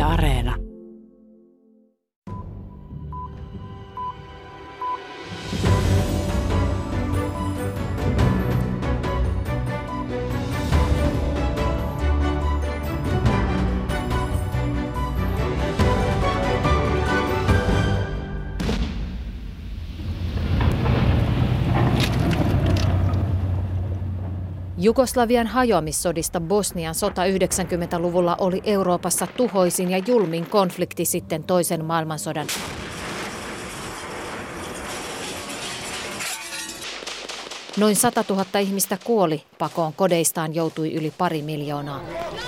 Areena. Jugoslavian hajoamissodista Bosnian sota 90-luvulla oli Euroopassa tuhoisin ja julmin konflikti sitten toisen maailmansodan. Noin 100 000 ihmistä kuoli, pakoon kodeistaan joutui yli 2 miljoonaa.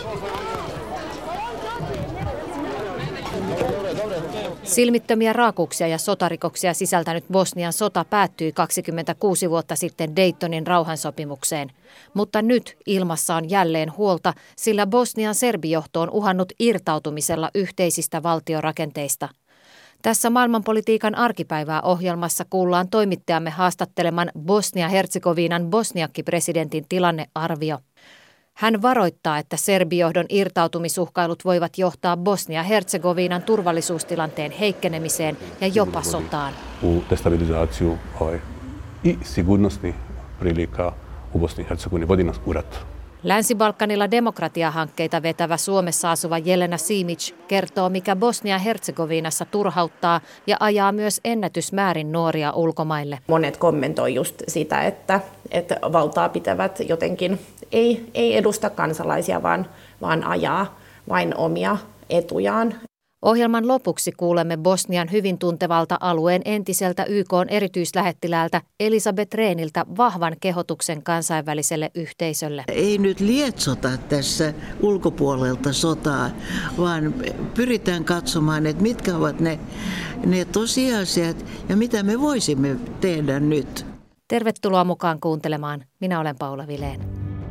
Silmittömiä raakuuksia ja sotarikoksia sisältänyt Bosnian sota päättyi 26 vuotta sitten Daytonin rauhansopimukseen. Mutta nyt ilmassa on jälleen huolta, sillä Bosnian serbijohto on uhannut irtautumisella yhteisistä valtiorakenteista. Tässä maailmanpolitiikan arkipäivää ohjelmassa kuullaan toimittajamme haastatteleman Bosnia-Herzegovinan bosniakki-presidentin tilannearvio. Hän varoittaa, että serbijohdon irtautumisuhkailut voivat johtaa Bosnia-Herzegovinan turvallisuustilanteen heikkenemiseen ja jopa sotaan. U destabilizaciju I sigurnosnih prilika u Bosni i Hercegovini vodi nas u rat. Länsi-Balkanilla demokratiahankkeita vetävä Suomessa asuva Jelena Simic kertoo, mikä Bosnia-Herzegovinassa turhauttaa ja ajaa myös ennätysmäärin nuoria ulkomaille. Monet kommentoi just sitä, että valtaa pitävät jotenkin ei edusta kansalaisia, vaan ajaa vain omia etujaan. Ohjelman lopuksi kuulemme Bosnian hyvin tuntevalta alueen entiseltä YK:n erityislähettiläältä Elisabeth Rehniltä vahvan kehotuksen kansainväliselle yhteisölle. Ei nyt lietsota tässä ulkopuolelta sotaa, vaan pyritään katsomaan, että mitkä ovat ne tosiasiat ja mitä me voisimme tehdä nyt. Tervetuloa mukaan kuuntelemaan. Minä olen Paula Vilén.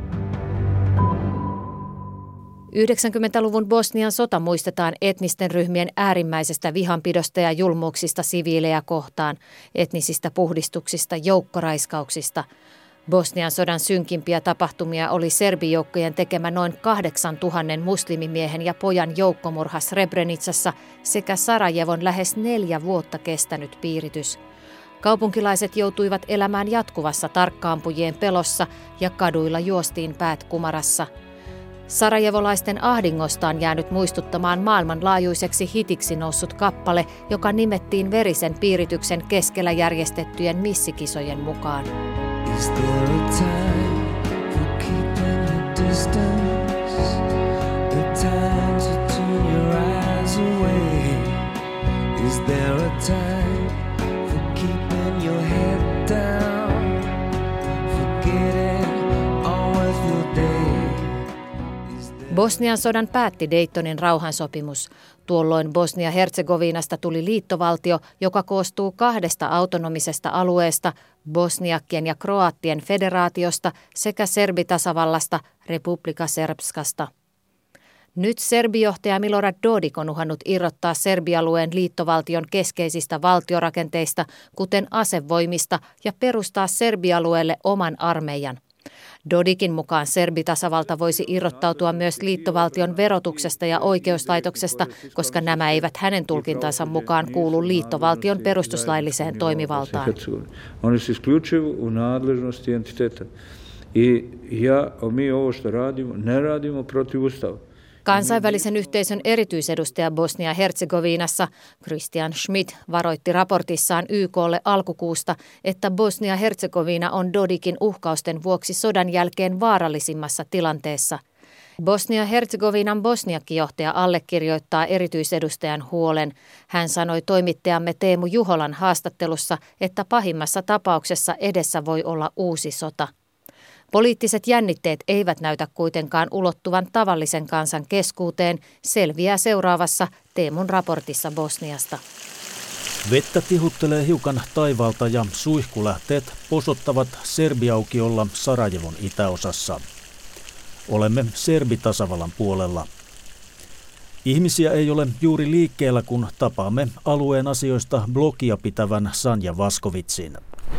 90-luvun Bosnian sota muistetaan etnisten ryhmien äärimmäisestä vihanpidosta ja julmuuksista siviilejä kohtaan, etnisistä puhdistuksista, joukkoraiskauksista. Bosnian sodan synkimpiä tapahtumia oli serbijoukkojen tekemä noin 8 000 muslimimiehen ja pojan joukkomurha Srebrenicassa sekä Sarajevon lähes 4 vuotta kestänyt piiritys. Kaupunkilaiset joutuivat elämään jatkuvassa tarkkaampujien pelossa ja kaduilla juostiin päät kumarassa. Sarajevolaisten ahdingosta on jäänyt muistuttamaan maailmanlaajuiseksi hitiksi noussut kappale, joka nimettiin verisen piirityksen keskellä järjestettyjen missikisojen mukaan. Is there a time for keeping your distance? The time to turn your eyes away. Is there a time for keeping your head down? Forgetting all of your days. Bosnian sodan päätti Daytonin rauhansopimus. Tuolloin Bosnia-Herzegovinasta tuli liittovaltio, joka koostuu 2 autonomisesta alueesta, bosniakkien ja kroattien federaatiosta sekä serbitasavallasta, Republika Srpskasta. Nyt serbijohtaja Milorad Dodik on uhannut irrottaa serbialueen liittovaltion keskeisistä valtiorakenteista, kuten asevoimista, ja perustaa serbialueelle oman armeijan. Dodikin mukaan serbitasavalta voisi irrottautua myös liittovaltion verotuksesta ja oikeuslaitoksesta, koska nämä eivät hänen tulkintansa mukaan kuulu liittovaltion perustuslailliseen toimivaltaan. Kansainvälisen yhteisön erityisedustaja Bosnia-Herzegovinassa Christian Schmidt varoitti raportissaan YK:lle alkukuusta, että Bosnia-Herzegovina on Dodikin uhkausten vuoksi sodan jälkeen vaarallisimmassa tilanteessa. Bosnia-Herzegovinan bosniakkijohtaja allekirjoittaa erityisedustajan huolen. Hän sanoi toimittajamme Teemu Juholan haastattelussa, että pahimmassa tapauksessa edessä voi olla uusi sota. Poliittiset jännitteet eivät näytä kuitenkaan ulottuvan tavallisen kansan keskuuteen, selviää seuraavassa Teemun raportissa Bosniasta. Vettä tihuttelee hiukan taivaalta ja suihkulähteet posottavat Serbiaukiolla Sarajevon itäosassa. Olemme Serbitasavallan puolella. Ihmisiä ei ole juuri liikkeellä, kun tapaamme alueen asioista blogia pitävän Sanja Vaskovitsin.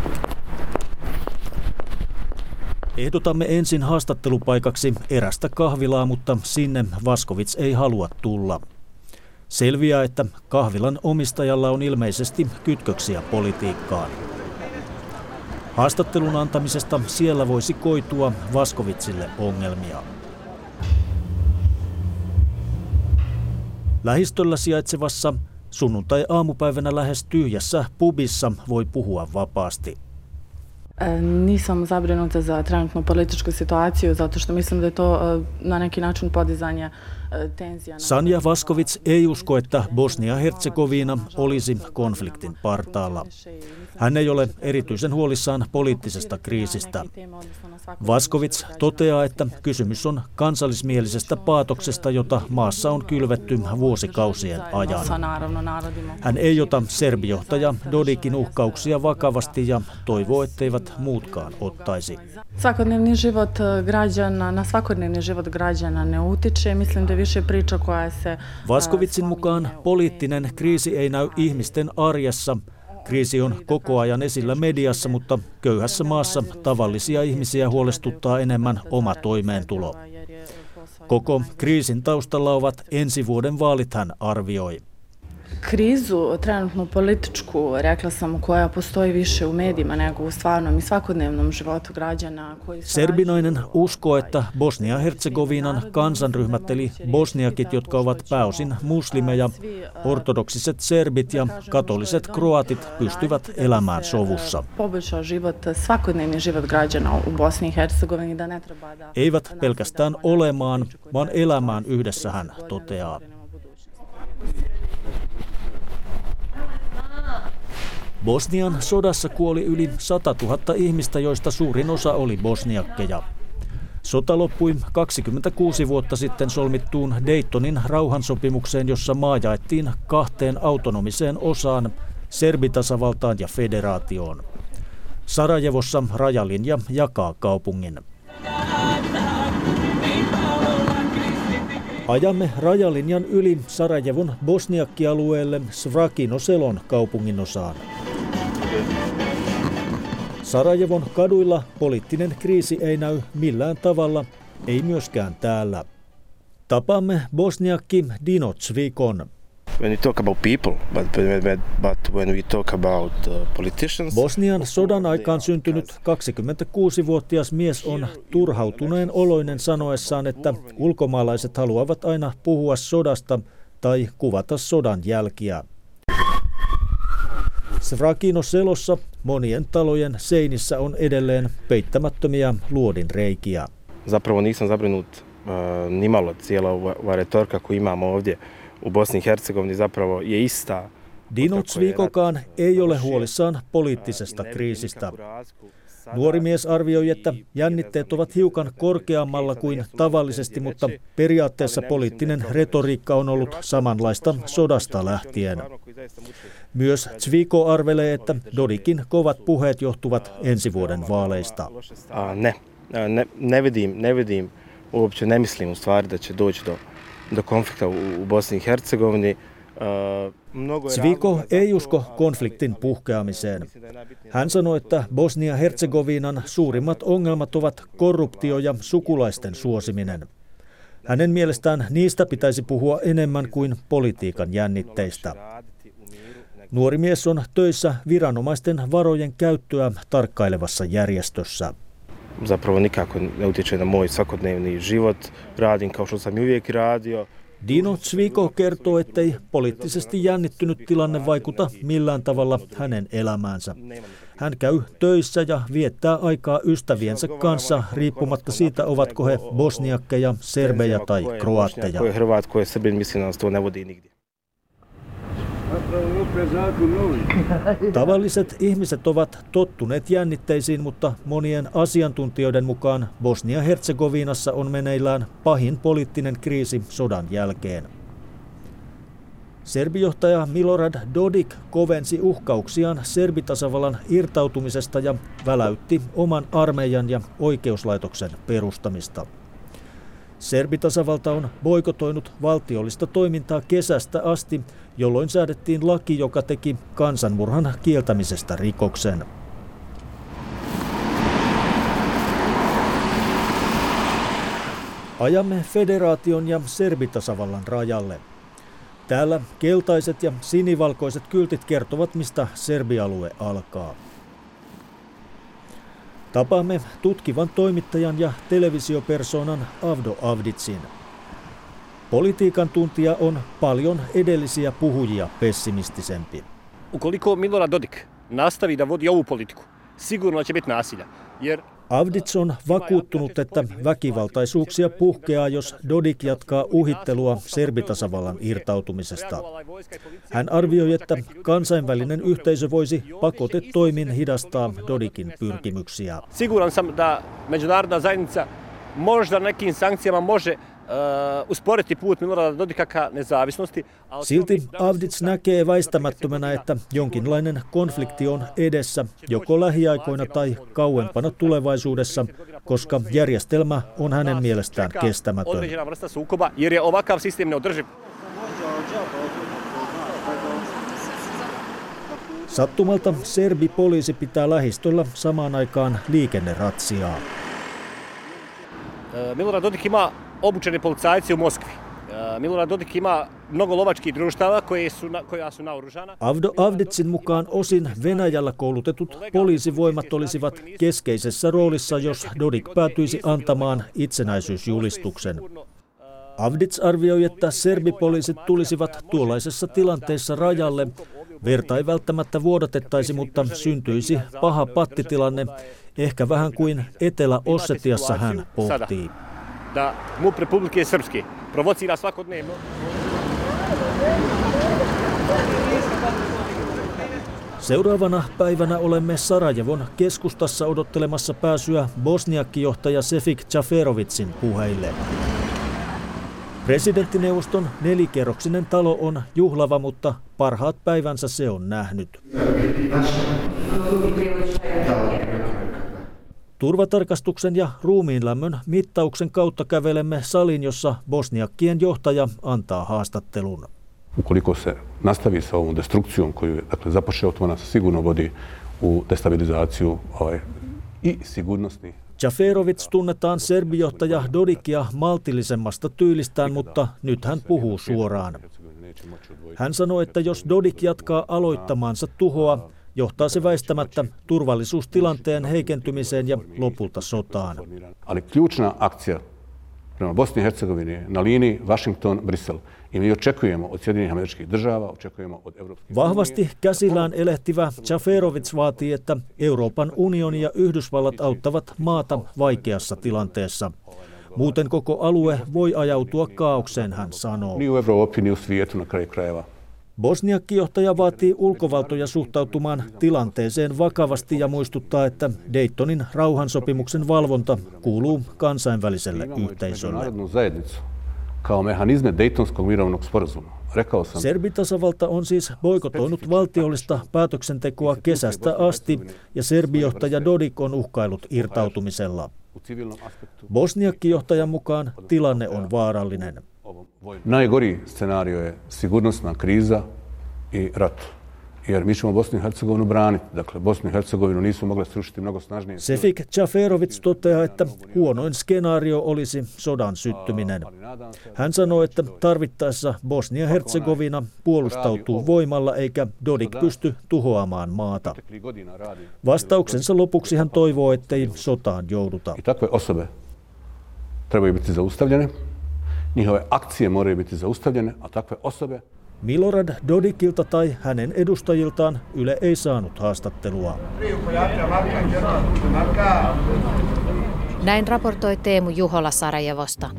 Ehdotamme ensin haastattelupaikaksi erästä kahvilaa, mutta sinne Vaskovits ei halua tulla. Selviää, että kahvilan omistajalla on ilmeisesti kytköksiä politiikkaan. Haastattelun antamisesta siellä voisi koitua Vaskovitsille ongelmia. Lähistöllä sijaitsevassa sunnuntai-aamupäivänä lähes tyhjässä pubissa voi puhua vapaasti. Nisam zabrinuta za trenutnu političku situaciju, zato što mislim da je to na neki način podizanje tenzija. Sanja Vaskovits ei usko, että Bosnia-Herzegovina olisi konfliktin partaalla. Hän ei ole erityisen huolissaan poliittisesta kriisistä. Vaskovits toteaa, että kysymys on kansallismielisestä paatoksesta, jota maassa on kylvetty vuosikausien ajan. Hän ei ota serbijohtaja Dodikin uhkauksia vakavasti ja toivoo, etteivät muutkaan ottaisi. Svakodnevni život građana, na svakodnevni život građana ne utiče. Mislim da više priča koja se... Vaskovitsin mukaan poliittinen kriisi ei näy ihmisten arjessa. Kriisi on koko ajan esillä mediassa, mutta köyhässä maassa tavallisia ihmisiä huolestuttaa enemmän oma toimeentulo. Koko kriisin taustalla ovat ensi vuoden vaalit, hän arvioi. Krizu, trenutnu političku, rekla sam, koja postoji više u medijima nego u stvarnom i svakodnevnom životu građana. Serbinainen uskoo, että Bosnia-Herzegovinan kansanryhmät eli bosniakit, jotka ovat pääosin muslimeja, ortodoksiset serbit ja katoliset kroatit pystyvät elämään sovussa. Svakodnevni život građana u Bosni i Hercegovini da ne treba da... Eivät pelkästään olemaan, vaan elämään yhdessä, hän toteaa. Bosnian sodassa kuoli yli 100 000 ihmistä, joista suurin osa oli bosniakkeja. Sota loppui 26 vuotta sitten solmittuun Daytonin rauhansopimukseen, jossa maa jaettiin 2 autonomiseen osaan, Serbitasavaltaan ja federaatioon. Sarajevossa rajalinja jakaa kaupungin. Ajamme rajalinjan yli Sarajevon bosniakkialueelle Svrakinoselon kaupunginosaan. Sarajevon kaduilla poliittinen kriisi ei näy millään tavalla, ei myöskään täällä. Tapaamme bosniakki Dino Cvikon. When we talk about people, but when we talk about politicians... Bosnian sodan aikaan syntynyt 26-vuotias mies on turhautuneen oloinen sanoessaan, että ulkomaalaiset haluavat aina puhua sodasta tai kuvata sodan jälkiä. Svrakinoselossa monien talojen seinissä on edelleen peittämättömiä luodinreikiä. Zapravo nisam zabrinut nimalo, cijela ova retorika koju imamo ovdje u Bosni i Hercegovini zapravo je ista. Dino Cvikokaan ei ole huolissaan poliittisesta kriisistä. Nuori mies arvioi, että jännitteet ovat hiukan korkeammalla kuin tavallisesti, mutta periaatteessa poliittinen retoriikka on ollut samanlaista sodasta lähtien. Myös Cviko arvelee, että Dodikin kovat puheet johtuvat ensi vuoden vaaleista. Ne vidim, uopće ne mislim u stvari da će doći do konflikta u Bosni i Hercegovini. Cviko ei usko konfliktin puhkeamiseen. Hän sanoi, että Bosnia-Herzegovinan suurimmat ongelmat ovat korruptio ja sukulaisten suosiminen. Hänen mielestään niistä pitäisi puhua enemmän kuin politiikan jännitteistä. Nuori mies on töissä viranomaisten varojen käyttöä tarkkailevassa järjestössä. Zapravo nikako ne utječe na moj svakodnevni život. Radim kao što sam i uvijek radio. Dino Cviko kertoo, ettei poliittisesti jännittynyt tilanne vaikuta millään tavalla hänen elämäänsä. Hän käy töissä ja viettää aikaa ystäviensä kanssa, riippumatta siitä, ovatko he bosniakkeja, serbejä tai kroatteja. Tavalliset ihmiset ovat tottuneet jännitteisiin, mutta monien asiantuntijoiden mukaan Bosnia-Herzegovinassa on meneillään pahin poliittinen kriisi sodan jälkeen. Serbijohtaja Milorad Dodik kovensi uhkauksiaan Serbitasavallan irtautumisesta ja väläytti oman armeijan ja oikeuslaitoksen perustamista. Serbitasavalta on boikotoinut valtiollista toimintaa kesästä asti, jolloin säädettiin laki, joka teki kansanmurhan kieltämisestä rikoksen. Ajamme federaation ja Serbitasavallan rajalle. Täällä keltaiset ja sinivalkoiset kyltit kertovat, mistä Serbi-alue alkaa. Tapaamme tutkivan toimittajan ja televisiopersoonan Avdo Avdicin. Politiikan tuntija on paljon edellisiä puhujia pessimistisempi. Ukoliko Milorad Dodik nastavi da vodi ovu politiku, sigurno će biti nasilja. Avdic on vakuuttunut, että väkivaltaisuuksia puhkeaa, jos Dodik jatkaa uhittelua Serbitasavallan irtautumisesta. Hän arvioi, että kansainvälinen yhteisö voisi pakotetoimin hidastaa Dodikin pyrkimyksiä. Siguran sam da međunarodna zajednica možda nekim sankcijama može usporiti put Milorada Dodika ka nezavisnosti. Silti Avdic näkee väistämättömänä, että jonkinlainen konflikti on edessä, joko lähiaikoina tai kauempana tulevaisuudessa, koska järjestelmä on hänen mielestään kestämätön. Sattumalta serbi-poliisi pitää lähistöllä samaan aikaan liikenneratsiaa. Milorad Dodik ima obučene policajce u Moskvi. Milorad Dodik ima mnogo lovačkih društava koja su naoružana. Avdo Avdicin mukaan osin Venäjällä koulutetut poliisivoimat olisivat keskeisessä roolissa, jos Dodik päätyisi antamaan itsenäisyysjulistuksen. Avdic arvioi, että serbipoliisit tulisivat tuollaisessa tilanteessa rajalle. Verta ei välttämättä vuodatettaisi, mutta syntyisi paha pattitilanne, ehkä vähän kuin Etelä-Ossetiassa hän pohtii. Da MUP Republike Srpske provocira svakodnevno. Seuraavana päivänä olemme Sarajevon keskustassa odottelemassa pääsyä Bosniakki-johtaja Šefik Čaferovicin puheille. Presidenttineuvoston 4-kerroksinen talo on juhlava, mutta parhaat päivänsä se on nähnyt. Turvatarkastuksen ja ruumiinlämmön mittauksen kautta kävelemme salin, jossa bosniakkien johtaja antaa haastattelun. Ukoliko se nastavi sa ovom destrukcijom koju je započeo, Otmana se sigurno vodi u destabilizaciju i sigurnosti. Čaferovic tunnetaan serbijohtaja Dodikia maltillisemmasta tyylistään, mutta nyt hän puhuu suoraan. Hän sanoi, että jos Dodik jatkaa aloittamaansa tuhoa, johtaa se väistämättä turvallisuustilanteen heikentymiseen ja lopulta sotaan. Ali ključna akcija prema Bosni i Hercegovini je na liniji Washington-Brisel. I mi očekujemo od Sjedinjenih Američkih Država, očekujemo od Evropskih... Vahvasti käsillään elehtivä Čaferovic vaatii, että Euroopan unioni ja Yhdysvallat auttavat maata vaikeassa tilanteessa. Muuten koko alue voi ajautua kaaukseen, hän sanoo. Ni u Evropi, ni u svijetu na kraju krajeva. Bosniakki-johtaja vaatii ulkovaltoja suhtautumaan tilanteeseen vakavasti ja muistuttaa, että Daytonin rauhansopimuksen valvonta kuuluu kansainväliselle yhteisölle. Kao mehanizme Daytonskog mirovnog sporazuma. Serbitasavalta on siis boikotoinut valtiollista päätöksentekoa kesästä asti ja serbijohtaja Dodik on uhkaillut irtautumisella. Bosniakki-johtajan mukaan tilanne on vaarallinen. Najgori scenario je sigurnosna kriza i rat. Jer mi ćemo Bosnu i Hercegovinu braniti. Dakle, Bosnu i Hercegovinu nisu mogle srušiti mnogo snažnije. Šefik Čaferovic toteaa, että huonoin skenaario olisi sodan syttyminen. Hän sanoi, että tarvittaessa Bosnia-Hercegovina puolustautuu voimalla eikä Dodik pysty tuhoamaan maata. Vastauksensa lopuksi hän toivoo, ettei sotaan jouduta. I takve osobe trebaju biti zaustavljene. Njihove akcije moraju biti zaustavljene, a takve osobe... Milorad Dodikilta tai hänen edustajiltaan Yle ei saanut haastattelua. Näin raportoi Teemu Juhola Sarajevosta.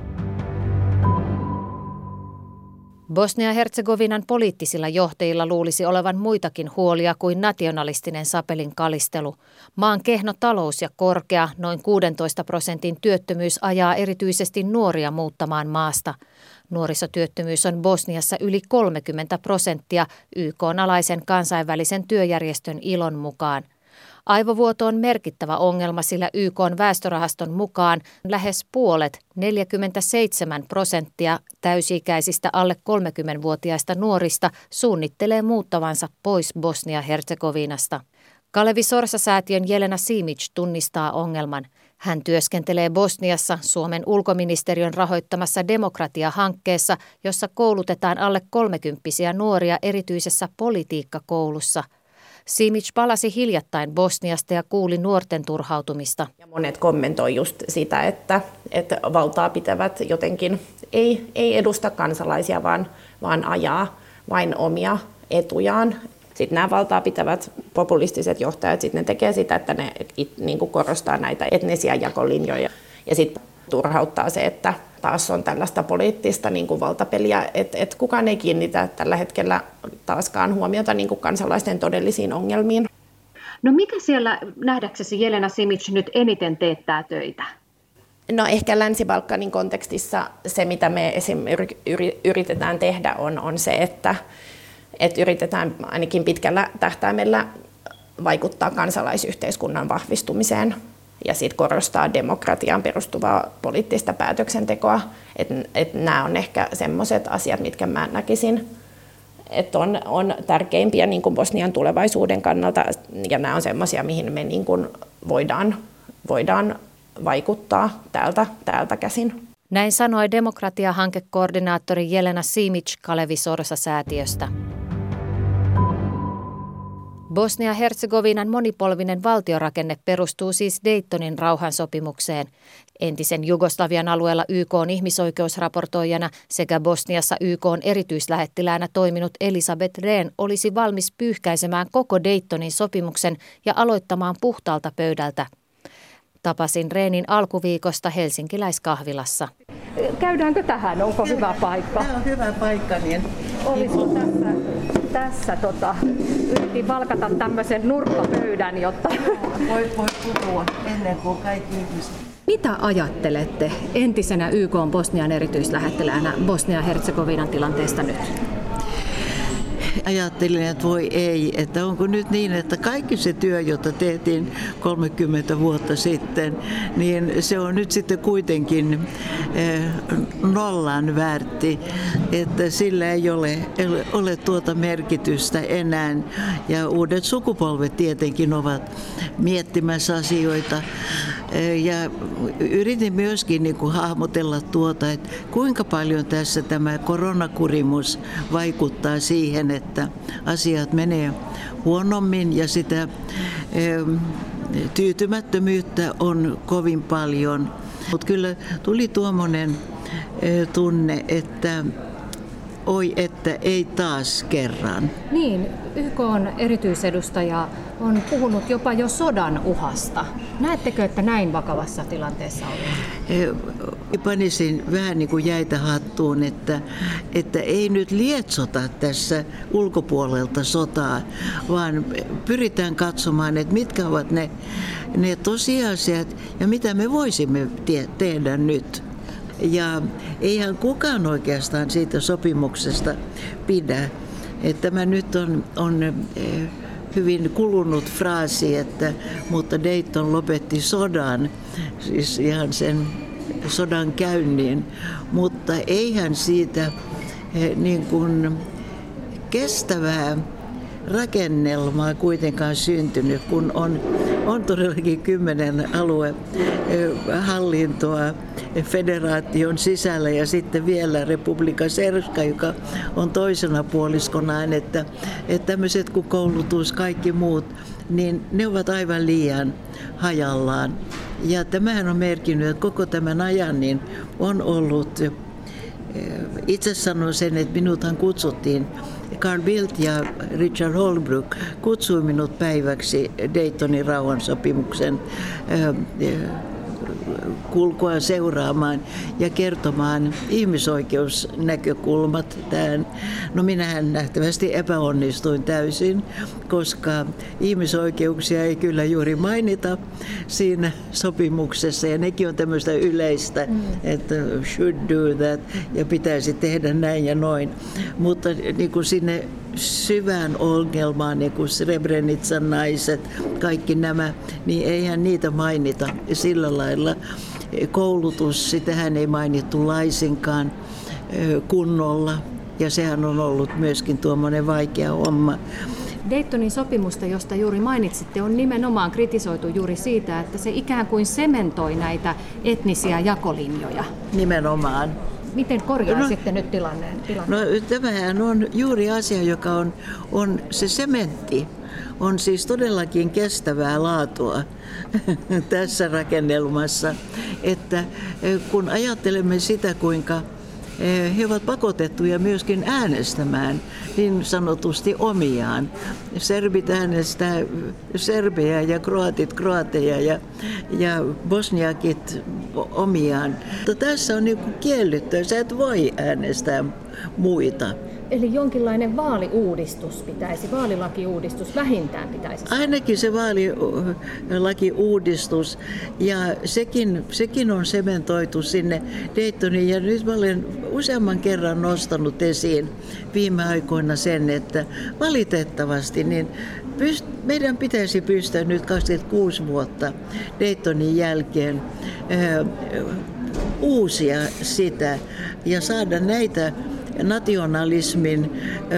Bosnia-Herzegovinan poliittisilla johtajilla luulisi olevan muitakin huolia kuin nationalistinen sapelin kalistelu. Maan kehno talous ja korkea, noin 16% työttömyys ajaa erityisesti nuoria muuttamaan maasta. Nuorisotyöttömyys on Bosniassa yli 30% YK-alaisen kansainvälisen työjärjestön ILOn mukaan. Aivovuoto on merkittävä ongelma, sillä YK:n väestörahaston mukaan lähes puolet, 47% täysi-ikäisistä alle 30-vuotiaista nuorista suunnittelee muuttavansa pois Bosnia-Herzegovinasta. Kalevi Sorsa-säätiön Jelena Simic tunnistaa ongelman. Hän työskentelee Bosniassa Suomen ulkoministeriön rahoittamassa demokratia-hankkeessa, jossa koulutetaan alle 30-vuotiaita nuoria erityisessä politiikkakoulussa. Simic palasi hiljattain Bosniasta ja kuuli nuorten turhautumista. Ja monet kommentoi just sitä, että valtaa pitävät jotenkin ei edusta kansalaisia, vaan ajaa vain omia etujaan. Sitten nämä valtaa pitävät populistiset johtajat sitten ne tekee sitä, että ne niin kuin korostaa näitä etnisiä jakolinjoja. Ja sitten turhauttaa se, että taas on tällaista poliittista niin kuin valtapeliä, että kukaan ei kiinnitä tällä hetkellä taaskaan huomiota niin kuin kansalaisten todellisiin ongelmiin. No mikä siellä nähdäksesi Jelena Simic nyt eniten teettää töitä? No ehkä Länsi-Balkanin kontekstissa se, mitä me yritetään tehdä, on se, että yritetään ainakin pitkällä tähtäimellä vaikuttaa kansalaisyhteiskunnan vahvistumiseen ja sitten korostaa demokratiaan perustuvaa poliittista päätöksentekoa. Että nämä on ehkä semmoiset asiat, mitkä mä näkisin, että on tärkeimpiä niin kuin Bosnian tulevaisuuden kannalta, ja nämä on semmoisia, mihin me niin kuin voidaan vaikuttaa täältä käsin. Näin sanoi demokratia-hankekoordinaattori Jelena Simic Kalevi Sorsa-säätiöstä. Bosnia-Herzegovinan monipolvinen valtiorakenne perustuu siis Daytonin rauhansopimukseen. Entisen Jugoslavian alueella YK:n ihmisoikeusraportoijana sekä Bosniassa YK:n erityislähettiläänä toiminut Elisabeth Rehn olisi valmis pyyhkäisemään koko Daytonin sopimuksen ja aloittamaan puhtaalta pöydältä. Tapasin Rehnin alkuviikosta helsinkiläiskahvilassa. Käydäänkö tähän? Onko hyvä paikka? Tämä on hyvä paikka. Niin. Olisiko tässä yritin valkata tämmöisen nurkkapöydän, jotta... Voi puhua ennen kuin kaikki ihmiset. Mitä ajattelette entisenä YK:n Bosnian erityislähettiläänä Bosnia-Herzegovinan tilanteesta nyt? Ajattelin, että voi ei, että onko nyt niin, että kaikki se työ, jota tehtiin 30 vuotta sitten, niin se on nyt sitten kuitenkin nollan väärti, että sillä ei ole tuota merkitystä enää. Ja uudet sukupolvet tietenkin ovat miettimässä asioita. Ja yritin myöskin niin kuin hahmotella tuota, että kuinka paljon tässä tämä koronakurimus vaikuttaa siihen, että asiat menee huonommin ja sitä tyytymättömyyttä on kovin paljon. Mutta kyllä tuli tuommoinen tunne, että oi, että ei taas kerran. Niin, YK:n erityisedustaja on puhunut jopa jo sodan uhasta. Näettekö, että näin vakavassa tilanteessa ollaan? Panisin vähän niin kuin jäitä hattuun, että ei nyt lietsota tässä ulkopuolelta sotaa, vaan pyritään katsomaan, että mitkä ovat ne tosiasiat ja mitä me voisimme tehdä nyt. Ja eihän kukaan oikeastaan siitä sopimuksesta pidä. Että tämä nyt on hyvin kulunut fraasi, mutta Dayton lopetti sodan, siis ihan sen sodan käynnin, mutta eihän siitä niin kuin kestävää rakennelmaa kuitenkaan syntynyt, kun on todellakin 10 aluehallintoa federaation sisällä ja sitten vielä Republika Srpska, joka on toisena puoliskonaan, että tämmöiset kuin koulutus, kaikki muut, niin ne ovat aivan liian hajallaan. Ja tämähän on merkinnyt, että koko tämän ajan niin on ollut, itse sanon sen, että minuthan kutsuttiin, Carl Bildt ja Richard Holbrooke kutsui minut päiväksi Daytonin rauhansopimuksen kulkua seuraamaan ja kertomaan ihmisoikeusnäkökulmat tähän. No minähän nähtävästi epäonnistuin täysin, koska ihmisoikeuksia ei kyllä juuri mainita siinä sopimuksessa ja nekin on tämmöistä yleistä, että should do that ja pitäisi tehdä näin ja noin. Mutta niin kuin sinne syvään ongelmaan, niin kuin Srebrenitsan naiset, kaikki nämä, niin eihän niitä mainita sillä lailla. Koulutus, sitähän ei mainittu laisinkaan kunnolla ja sehän on ollut myöskin tuommoinen vaikea homma. Daytonin sopimusta, josta juuri mainitsitte, on nimenomaan kritisoitu juuri siitä, että se ikään kuin sementoi näitä etnisiä jakolinjoja. Nimenomaan. Miten korjaisitte nyt tilanneen? No, tämähän on juuri asia, joka on se sementti. On siis todellakin kestävää laatua tässä rakennelmassa, että kun ajattelemme sitä, kuinka he ovat pakotettuja myöskin äänestämään niin sanotusti omiaan. Serbit äänestää serbejä ja kroatit kroateja ja bosniakit omiaan. Mutta tässä on niin kuin kiellettyä, sä et voi äänestää muita. Eli jonkinlainen vaalilakiuudistus vähintään pitäisi saada. Ainakin se vaalilakiuudistus, ja sekin on sementoitu sinne Daytoniin. Ja nyt mä olen useamman kerran nostanut esiin viime aikoina sen, että valitettavasti niin meidän pitäisi pystyä nyt 26 vuotta Daytonin jälkeen uusia sitä ja saada näitä nationalismin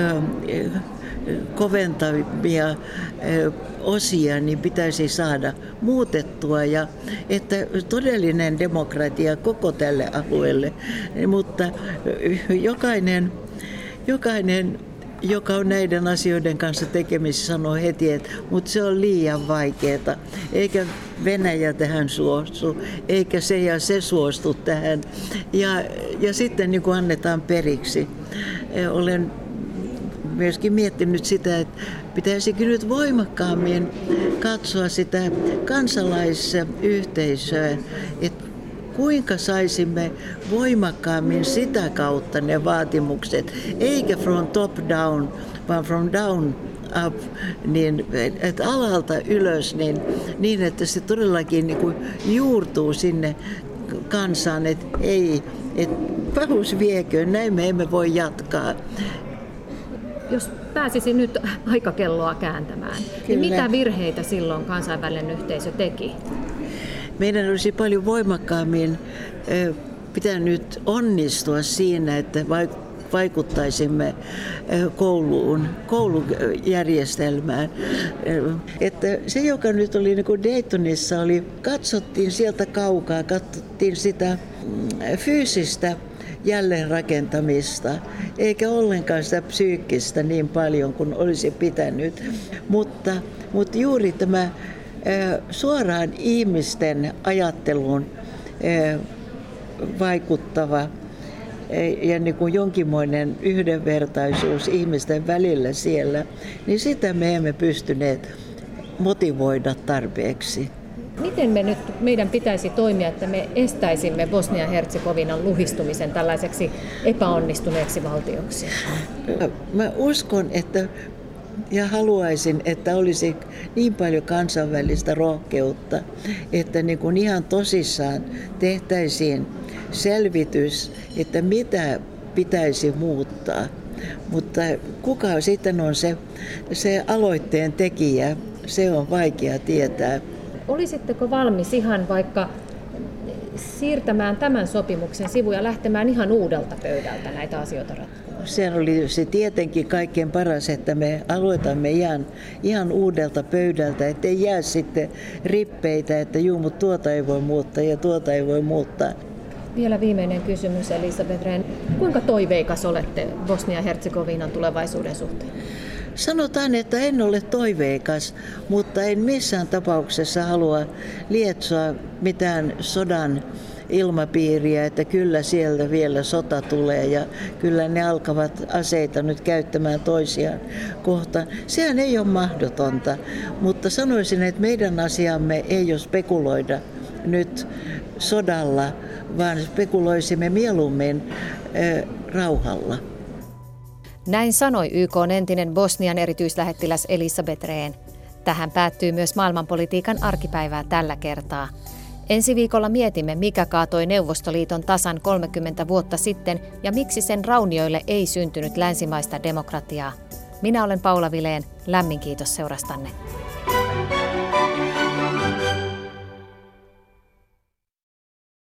koventavia osia niin pitäisi saada muutettua ja että todellinen demokratia koko tälle alueelle, mutta jokainen joka on näiden asioiden kanssa tekemisissä, sanoo heti, että mutta se on liian vaikeaa, eikä Venäjä tähän suostu, eikä se ja se suostu tähän. Ja sitten niin kuin annetaan periksi. Olen myöskin miettinyt sitä, että pitäisikö nyt voimakkaammin katsoa sitä kansalaisyhteisöä, että kuinka saisimme voimakkaammin sitä kautta ne vaatimukset, eikä from top down, vaan from down up, niin että alalta ylös, niin että se todellakin niin kuin juurtuu sinne kansaan, että ei, että pahus vieköön, näin me emme voi jatkaa. Jos pääsisi nyt aikakelloa kääntämään, niin mitä virheitä silloin kansainvälinen yhteisö teki? Meidän olisi paljon voimakkaammin pitänyt onnistua siinä, että vaikuttaisimme koulujärjestelmään. Että se, joka nyt oli niin kuin Daytonissa, katsottiin sieltä kaukaa, katsottiin sitä fyysistä jälleenrakentamista, eikä ollenkaan sitä psyykkistä niin paljon kuin olisi pitänyt. Mutta juuri tämä suoraan ihmisten ajatteluun vaikuttava ja niin kuin jonkinmoinen yhdenvertaisuus ihmisten välillä siellä, niin sitä me emme pystyneet motivoida tarpeeksi. Miten meidän pitäisi toimia, että me estäisimme Bosnia-Herzegovinan luhistumisen tällaiseksi epäonnistuneeksi valtioksi? Mä uskon, että ja haluaisin, että olisi niin paljon kansainvälistä rohkeutta, että niin kuin ihan tosissaan tehtäisiin selvitys, että mitä pitäisi muuttaa. Mutta kuka sitten on se aloitteen tekijä, se on vaikea tietää. Olisitteko valmis ihan vaikka siirtämään tämän sopimuksen sivuja ja lähtemään ihan uudelta pöydältä näitä asioita ratkomaan? Se oli se tietenkin kaikkein paras, että me aloitamme ihan uudelta pöydältä, ettei jää sitten rippeitä, että juu, mutta tuota ei voi muuttaa ja tuota ei voi muuttaa. Vielä viimeinen kysymys, Elisabeth Rehn. Kuinka toiveikas olette Bosnia-Herzegovinan tulevaisuuden suhteen? Sanotaan, että en ole toiveikas, mutta en missään tapauksessa halua lietsoa mitään sodan ilmapiiriä, että kyllä sieltä vielä sota tulee ja kyllä ne alkavat aseita nyt käyttämään toisiaan kohtaan. Sehän ei ole mahdotonta, mutta sanoisin, että meidän asiamme ei ole spekuloida nyt sodalla, vaan spekuloisimme mieluummin rauhalla. Näin sanoi YK:n entinen Bosnian erityislähettiläs Elisabeth Rehn. Tähän päättyy myös maailmanpolitiikan arkipäivää tällä kertaa. Ensi viikolla mietimme, mikä kaatoi Neuvostoliiton tasan 30 vuotta sitten ja miksi sen raunioille ei syntynyt länsimaista demokratiaa. Minä olen Paula Vilén. Lämmin kiitos seurastanne.